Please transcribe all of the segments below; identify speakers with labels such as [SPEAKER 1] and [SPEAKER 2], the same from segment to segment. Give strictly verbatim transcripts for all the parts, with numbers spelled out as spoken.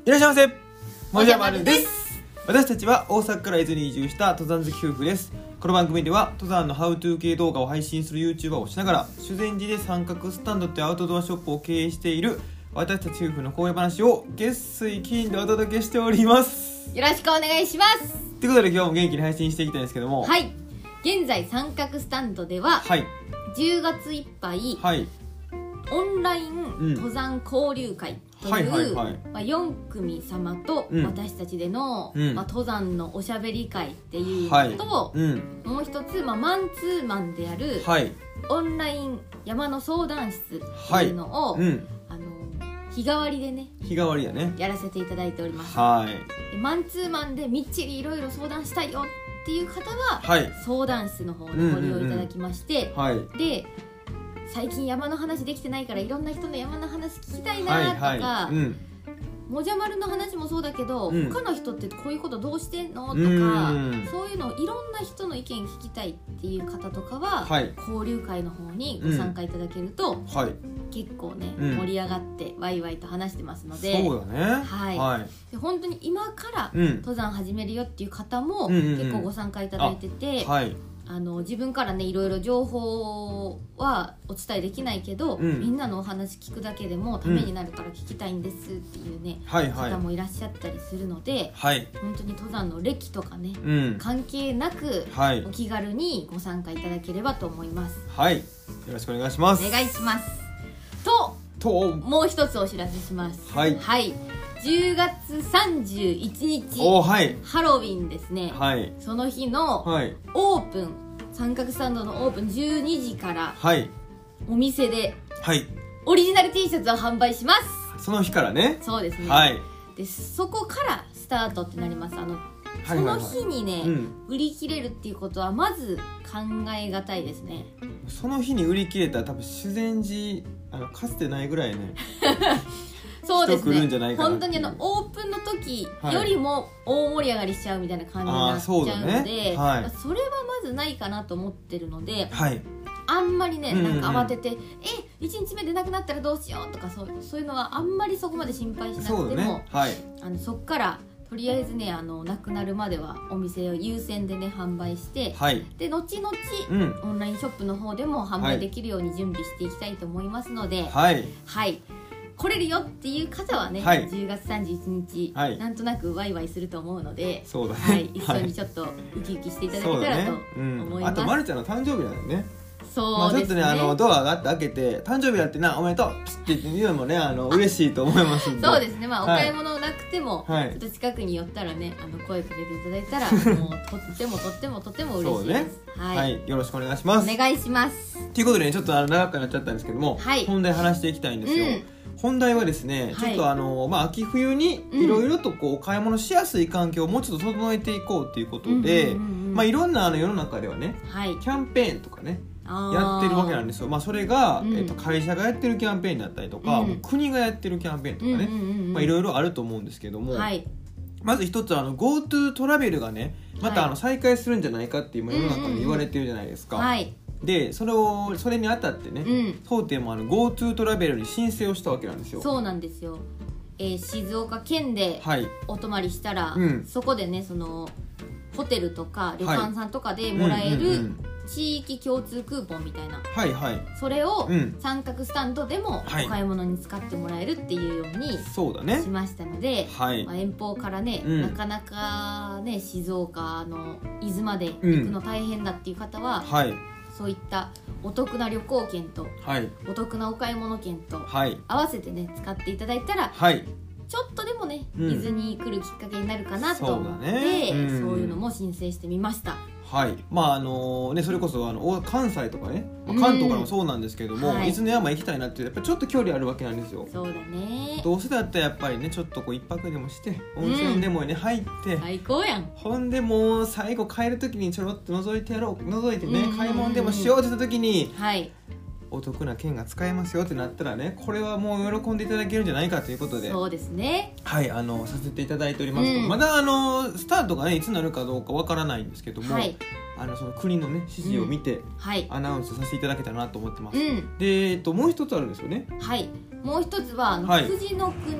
[SPEAKER 1] いらっしゃいませ。もじゃまるです。私たちは大阪から伊豆に移住した登山好き夫婦です。この番組では登山のハウトゥー系動画を配信する YouTuber をしながら、修善寺で三角スタンドというアウトドアショップを経営している私たち夫婦の恋話を月水金でお届けしております。
[SPEAKER 2] よろしくお願いします。
[SPEAKER 1] ということで今日も元気に配信していきたいんですけども、
[SPEAKER 2] はい、現在三角スタンドでは、はい、じゅうがついっぱい、はい、オンライン登山交流会という、うんはいはいはいまあ、よんくみ様と私たちでの、うんまあ、登山のおしゃべり会っていうのと、はいうん、もう一つ、まあ、マンツーマンである、はい、オンライン山の相談室っていうのを、はいうんあの日替わりでね
[SPEAKER 1] 日替わりやね
[SPEAKER 2] やらせていただいております。
[SPEAKER 1] はい
[SPEAKER 2] でマンツーマンでみっちりいろいろ相談したいよっていう方は、はい、相談室の方にご利用いただきまして、うんうんうんはい、で最近山の話できてないからいろんな人の山の話聞きたいなとか、はいはいうん、もじゃまるの話もそうだけど、うん、他の人ってこういうことどうしてんのとか、うん、そういうのをいろんな人の意見聞きたいっていう方とかは、はい、交流会の方にご参加いただけると、うんはい、結構ね、うん、盛り上がってワイワイと話してますので、
[SPEAKER 1] そうだね、
[SPEAKER 2] はいはい、で本当に今から登山始めるよっていう方も結構ご参加いただいてて、うんうんうんあの自分からねいろいろ情報はお伝えできないけど、うん、みんなのお話聞くだけでもためになるから聞きたいんですっていうね、うんはいはい、方もいらっしゃったりするので、はい、本当に登山の歴とかね、うん、関係なく、はい、お気軽にご参加いただければと思います。
[SPEAKER 1] はい、よろしくお願いします。
[SPEAKER 2] お願いします。と、ともう一つお知らせします。はい、はいじゅうがつさんじゅういちにち、はい、ハロウィンですね、はい、その日のオープン、はい、三角スタンドのオープンじゅうにじから、はい、お店で、はい、オリジナル T シャツを販売します。
[SPEAKER 1] その日からね。
[SPEAKER 2] そうですね、はい、でそこからスタートってなります。あのその日にね、はいはいはいうん、売り切れるっていうことはまず考えがたいですね。
[SPEAKER 1] その日に売り切れたら多分修善寺あのかつてないぐらいね
[SPEAKER 2] そうですね、本当にあのオープンの時よりも大盛り上がりしちゃうみたいな感じになっちゃうので、はい そ, ねはい、それはまずないかなと思ってるので、はい、あんまりねなんか慌てて、うんうん、えいちにちめでなくなったらどうしようとか そう, そういうのはあんまりそこまで心配しなくても そ,、ねはい、あのそっからとりあえずねあのなくなるまではお店を優先でね販売して、はい、で後々、うん、オンラインショップの方でも販売できるように準備していきたいと思いますので、はい、はい来れるよっていう方はね、はい、じゅうがつさんじゅういちにち、はい、なんとなくワイワイすると思うので、そうだね、はい、一緒にちょっとウキウキしていただけたらと思います。
[SPEAKER 1] あとまるちゃんの誕生日なんだよね。
[SPEAKER 2] そうですね、
[SPEAKER 1] まあ、ちょっとねあのドアがあって開けて誕生日だってなおめでとうって言うのもねあの嬉しいと思いますんで
[SPEAKER 2] そうですね、まあ、お買い物なくても、はい、ちょっと近くに寄ったらねあの声かけていただいたらもうとってもとってもとっても嬉しいです。
[SPEAKER 1] そうね、はい、はい、よろしくお願いします。
[SPEAKER 2] お願いします。
[SPEAKER 1] ということで、ね、ちょっとあの長くなっちゃったんですけども、はい、本題話していきたいんですよ、うん本題はですね、ちょっとあの、はいまあ、秋冬にいろいろとこう買い物しやすい環境をもうちょっと整えていこうということで、まあ、いろんなあの世の中ではね、はい、キャンペーンとかねやってるわけなんですよ。まあ、それが、うんえー、と会社がやってるキャンペーンだったりとか、うん、国がやってるキャンペーンとかね、まあ、いろいろあると思うんですけども、はい、まず一つあの GoTo トラベルがねまたあの再開するんじゃないかって今世の中で言われてるじゃないですか、はい、でそれをそれにあたってね、うん、当店もあの GoTo トラベルに申請をしたわけなんですよ。
[SPEAKER 2] そうなんですよ、えー、静岡県でお泊まりしたら、はいうん、そこでねそのホテルとか旅館さんとかでもらえる地域共通クーポンみたいな、はいはい、それを三角スタンドでもお買い物に使ってもらえるっていうようにしましたので、はいまあ、遠方からね、うん、なかなかね静岡の伊豆まで行くの大変だっていう方は、うんはいそういったお得な旅行券と、はい、お得なお買い物券と、はい、合わせてね使っていただいたら、はい、ちょっとでもね、うん、伊豆に来るきっかけになるかなと思ってそうだね、うん、そういうのも申請してみました。
[SPEAKER 1] はいまああのね、それこそあの関西とかね、まあ、関東からもそうなんですけども、うんはい、伊豆の山行きたいなってやっぱりちょっと距離あるわけなんですよ。
[SPEAKER 2] そうだね
[SPEAKER 1] どうせだったらやっぱりねちょっとこう一泊でもして温泉でもね、うん、入って
[SPEAKER 2] 最高やん。
[SPEAKER 1] ほんでもう最後帰る時にちょろっと覗いてやろう覗いてね、うん、買い物でもしようって言った時に、はい、お得な券が使えますよってなったらねこれはもう喜んでいただけるんじゃないかということで
[SPEAKER 2] そうですね
[SPEAKER 1] はいあのさせていただいております、うん、まだあのスタートがねいつになるかどうかわからないんですけども、はいあのその国のね指示を見て、うんはい、アナウンスさせていただけたらなと思ってます、うん、で、えっと、もう一つあるんですよね。
[SPEAKER 2] はいもう一つはあの、はい、富士の国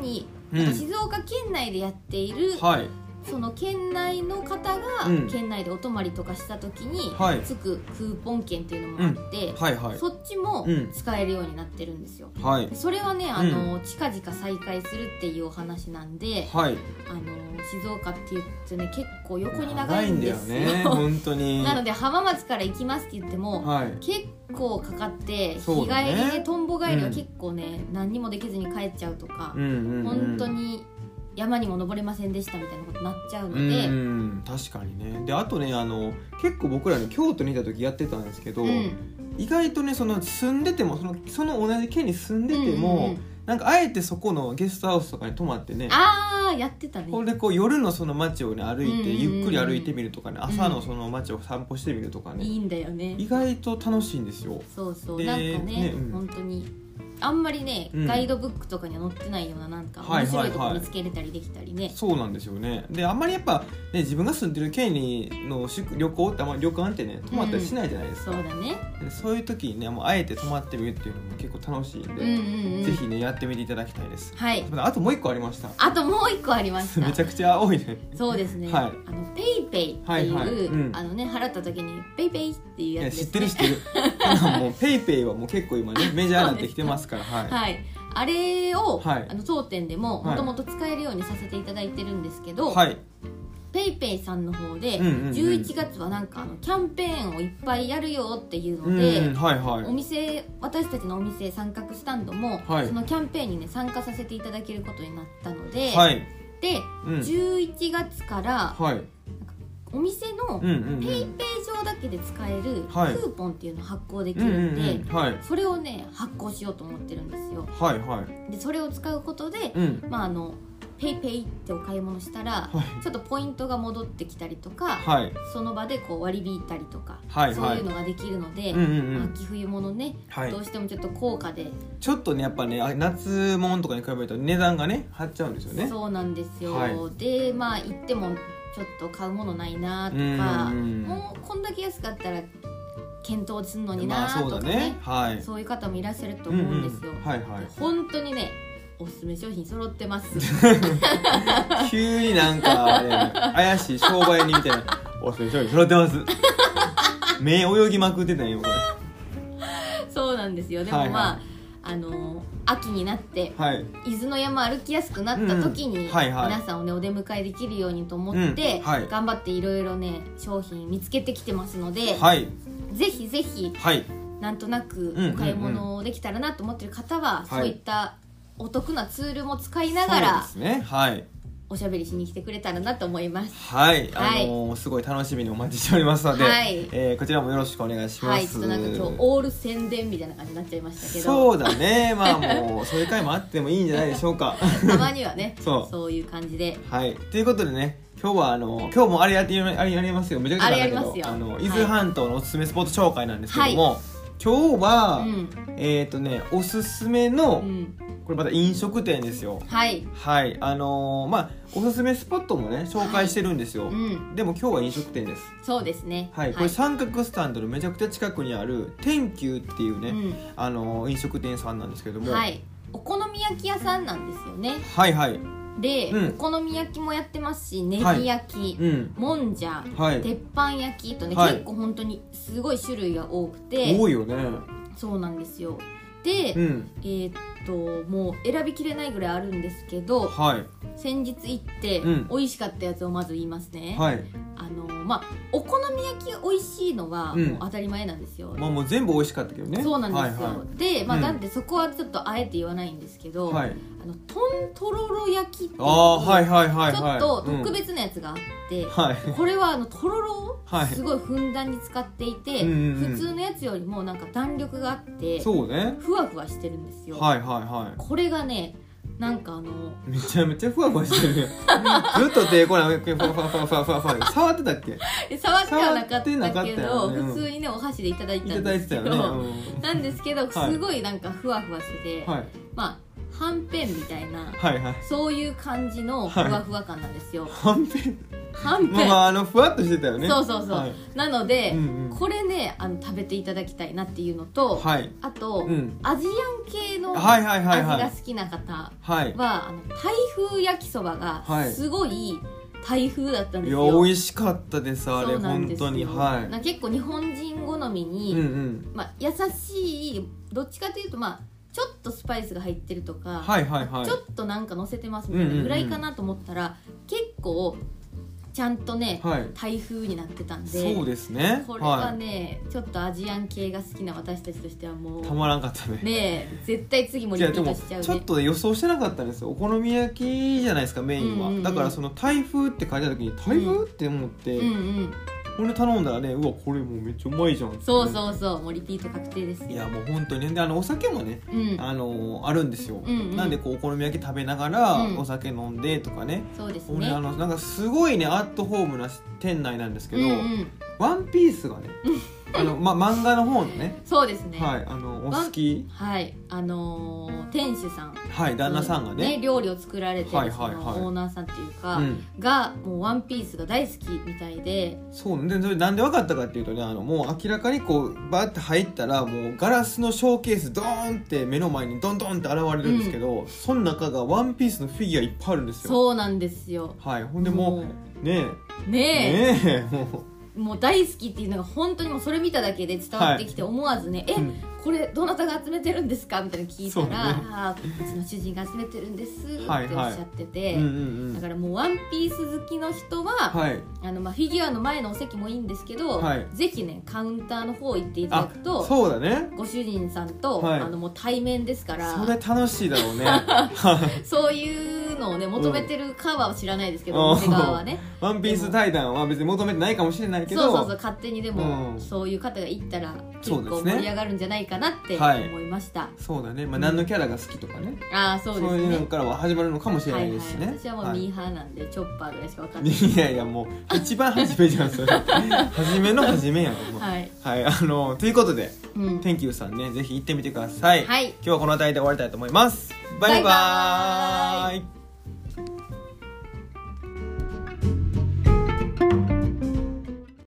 [SPEAKER 2] うん、静岡県内でやっている、はい、その県内の方が県内でお泊まりとかした時につくクーポン券っていうのもあって、うんはいはい、そっちも使えるようになってるんですよ、うんはい、それはねあの、うん、近々再開するっていうお話なんで、はい、あの静岡って言ってね結構横に長いんですよ、
[SPEAKER 1] ね、本当に
[SPEAKER 2] なので浜松から行きますって言っても、はい、結構かかって日帰りでとんぼ帰りは結構ね、うん、何にもできずに帰っちゃうとか、うんうんうん、本当に山にも登れませんでしたみたいなことになっちゃうので、うん、
[SPEAKER 1] 確かにね。であとねあの結構僕らね京都にいた時やってたんですけど、うん、意外とねその住んでてもその、その同じ県に住んでても、うんうんうん、なんかあえてそこのゲストハウスとかに泊まってね、
[SPEAKER 2] あーやってたね。
[SPEAKER 1] これでこう夜のその街をね歩いて、うんうんうん、ゆっくり歩いてみるとかね、朝のその街を散歩してみるとかね、
[SPEAKER 2] いいんだよね。
[SPEAKER 1] 意外と楽しいんですよ。
[SPEAKER 2] そうそうなんかね、ね、うん、本当にあんまりね、うん、ガイドブックとかには載ってないようななんか面白いところ見つけれたりできたりね、はいはいはい、
[SPEAKER 1] そうなんですよね。であんまりやっぱ、ね、自分が住んでる県にの旅行ってあんまり旅館ってね泊まったりしないじゃないですか、
[SPEAKER 2] うん、そうだね。
[SPEAKER 1] そういう時にねもうあえて泊まってみるっていうのも結構楽しいんで、うんうんうん、ぜひねやってみていただきたいです。はい。あともう一個ありました。
[SPEAKER 2] あともう一個ありました。
[SPEAKER 1] めちゃくちゃ多いね。
[SPEAKER 2] そうですね、はい、あのペイペイっていう、はいはいうん、あのね払った時にペイペイっていうやつですね。
[SPEAKER 1] いや知ってる知ってるもうペイペイはもう結構今ねメジャーになってきてますからはい、
[SPEAKER 2] はい、あれを、はい、あの当店でももともと使えるようにさせていただいてるんですけど、はい、ペイペイさんの方で、うんうんうん、じゅういちがつはなんかあのキャンペーンをいっぱいやるよっていうので、うんはいはい、お店私たちのお店三角スタンドも、はい、そのキャンペーンに、ね、参加させていただけることになったので、はい、で、うん、じゅういちがつから、はい、お店のペイペイ上だけで使えるクーポンっていうのを発行できるんで、はいうんうんはい、それをね発行しようと思ってるんですよ、はいはい、でそれを使うことで、うんまあ、あのペイペイってお買い物したら、はい、ちょっとポイントが戻ってきたりとか、はい、その場でこう割り引いたりとか、はいはい、そういうのができるので、うんうんうん、秋冬物ね、はい、どうしてもちょっと高価で
[SPEAKER 1] ちょっとねやっぱね夏物とかに比べると値段がね張っちゃうんですよね。
[SPEAKER 2] そうなんですよ、はい、でまあ行ってもちょっと買うものないなとか、うんもうこんだけ安かったら検討するのになとか ね,、まあ そうだね、はい、そういう方もいらっしゃると思うんですよ、うんうんはいはい、本当にねおすすめ商品揃ってます
[SPEAKER 1] 急になんか、ね、怪しい商売人みたいなおすすめ商品揃ってます目泳ぎまくってたんよこれ
[SPEAKER 2] そうなんですよ。でもまあ、はいはいあの秋になって、はい、伊豆の山歩きやすくなった時に、うんはいはい、皆さんを、ね、お出迎えできるようにと思って、うんはい、頑張っていろいろね商品見つけてきてますので、はい、ぜひぜひ、はい、なんとなくお買い物できたらなと思ってる方は、うんうんうん、そういったお得なツールも使いながら、そうですねはいおしゃべりしに来てくれたらなと思います。
[SPEAKER 1] はい、あのー、すごい楽しみにお待ちしておりますので、はいえー、こちらもよろしくお願いします。はい、
[SPEAKER 2] ちょっとなんか今日オール宣伝みたいな感じになっちゃいましたけど、
[SPEAKER 1] そうだね、まあもうそういう回もあってもいいんじゃないでしょうか。
[SPEAKER 2] たまにはね、そう、そういう感じで。
[SPEAKER 1] はい、ということでね、今日はあの今日もあれやってあれやりますよ、めちゃくちゃなんだけど、あ, あの伊豆半島のおすすめスポット紹介なんですけども、はい、今日は、うん、えっ、ー、とねおすすめの、うんこれまた飲食店ですよ。はいはいあのー、まあおすすめスポットもね紹介してるんですよ、はいうん、でも今日は飲食店です。
[SPEAKER 2] そうですね
[SPEAKER 1] はい、これ三角スタンドのめちゃくちゃ近くにある天球っていうね、うん、あのー、飲食店さんなんですけども、
[SPEAKER 2] はいお好み焼き屋さんなんですよね。
[SPEAKER 1] はいはい
[SPEAKER 2] で、うん、お好み焼きもやってますし、ネギ焼き、はいうん、もんじゃ、はい、鉄板焼きとね、はい、結構本当にすごい種類が多くて
[SPEAKER 1] 多いよね。
[SPEAKER 2] そうなんですよ。で、うん、えー、っともう選びきれないぐらいあるんですけど、はい、先日行って、うん、美味しかったやつをまず言いますね、はい、あのまあお好み焼き美味しいのはもう当たり前なんですよ、
[SPEAKER 1] うんまあ、もう全部美味しかったけどね。
[SPEAKER 2] そうなんですよ、はいはい、で、まあ、なんでそこはちょっとあえて言わないんですけど、はい、あのトントロロ焼きっていう、はいはいはいはい、ちょっと特別なやつがあって、うんはい、これはあのとろろをすごいふんだんに使っていて、はい、普通のやつよりもなんか弾力があってそうねふわふわしてるんですよ。はいはいはい。これがねなんかあの
[SPEAKER 1] めちゃめちゃふわふわしてるずっと手こらふわふわふわふわふわふわふわ触ってたっけ？
[SPEAKER 2] 触ってはなかったけど、ねうん、普通にねお箸でいただいたんですけど、ねうん、なんですけどすごいなんかふわふわしてて、はい、まあはんぺんみたいな、はいはい、そういう感じのふわふわ感なんですよ。
[SPEAKER 1] はんぺん
[SPEAKER 2] はんぺん、
[SPEAKER 1] まあまあ、あのふわっとしてたよね。
[SPEAKER 2] そうそうそう、はい、なので、うんうん、これねあの食べていただきたいなっていうのと、はい、あと、うん、アジアン系の味が好きな方は、はいはい、あのタイ風焼きそばがすごいタイ風だったんですよ。
[SPEAKER 1] いや美味しかったですあれ本当に、はい、
[SPEAKER 2] な結構日本人好みに、うんうんまあ、優しいどっちかというとまあちょっとスパイスが入ってるとか、はいはいはい、ちょっとなんか乗せてますみたいなぐらいかなと思ったら、うんうんうん、結構ちゃんとね、はい、タイ風になってたんで、
[SPEAKER 1] そうですね、
[SPEAKER 2] これはね、はい、ちょっとアジアン系が好きな私たちとしてはもう
[SPEAKER 1] たまらんかったね。
[SPEAKER 2] ね絶対次もリピートしちゃうね。
[SPEAKER 1] ちょっと予想してなかったんですよ。お好み焼きじゃないですかメインは、うんうんうん、だからそのタイ風って書いてある時にタイ風、うん、って思って、うんうんこれ頼んだらね、うわこれもうめっちゃうまいじゃん、ね、
[SPEAKER 2] そうそうそうもうリピート確定です。
[SPEAKER 1] いやもう本当にであのお酒もね、うん、あのあるんですよ、うんうん、なんでこうお好み焼き食べながらお酒飲んでとかね、
[SPEAKER 2] うん、そうですね。
[SPEAKER 1] あのなんかすごいねアットホームな店内なんですけど、うんうん、ワンピースがねあの、ま、漫画の方のね
[SPEAKER 2] そうですね、
[SPEAKER 1] はい、あのお好き
[SPEAKER 2] はいあのー、店主さん
[SPEAKER 1] はい旦那さんが ね,
[SPEAKER 2] ね料理を作られてる、はいはいはい、オーナーさんっていうか、うん、がもうワンピースが大好きみたいで、
[SPEAKER 1] そうでそれなんで分かったかっていうとねあのもう明らかにこうバーって入ったらもうガラスのショーケースドーンって目の前にドンドンって現れるんですけど、うん、その中がワンピースのフィギュアいっぱいあるんですよ。
[SPEAKER 2] そうなんですよ。
[SPEAKER 1] はいほんでもうね
[SPEAKER 2] えねえねえもうもう大好きっていうのが本当にもうそれ見ただけで伝わってきて思わずね、はい、え、うん、これどなたが集めてるんですかみたいな聞いたら、ね、あうちの主人が集めてるんですっておっしゃってて、はいはいだからもうワンピース好きの人は、はい、あのまあフィギュアの前のお席もいいんですけど、はい、ぜひねカウンターの方行っていただくと
[SPEAKER 1] そうだね
[SPEAKER 2] ご主人さんと、はい、あのもう対面ですから
[SPEAKER 1] それ楽しいだろうね
[SPEAKER 2] そういうのをね求めてるかは知らないですけど、うん、お店側はね
[SPEAKER 1] ワンピース対談は別に求めてないかもしれないけど
[SPEAKER 2] そうそうそう勝手にでも、うん、そういう方が行ったら結構盛り上がるんじゃないかなって思いました。はい、
[SPEAKER 1] そうだね、まあ、何のキャラが好きとかね、
[SPEAKER 2] うん、あそうですね、
[SPEAKER 1] そういうのからは始まるのかもしれないですしね、
[SPEAKER 2] はいはい、私はもうミーハーなんで、はい、チョッパーぐらいしか分かんない
[SPEAKER 1] いやいやもう一番初めじゃんそれ初めの初めやろはい、はい、あのということで、うん、天球さんねぜひ行ってみてください、はい、今日はこの辺りで終わりたいと思います。バイバーイ。バイバーイ。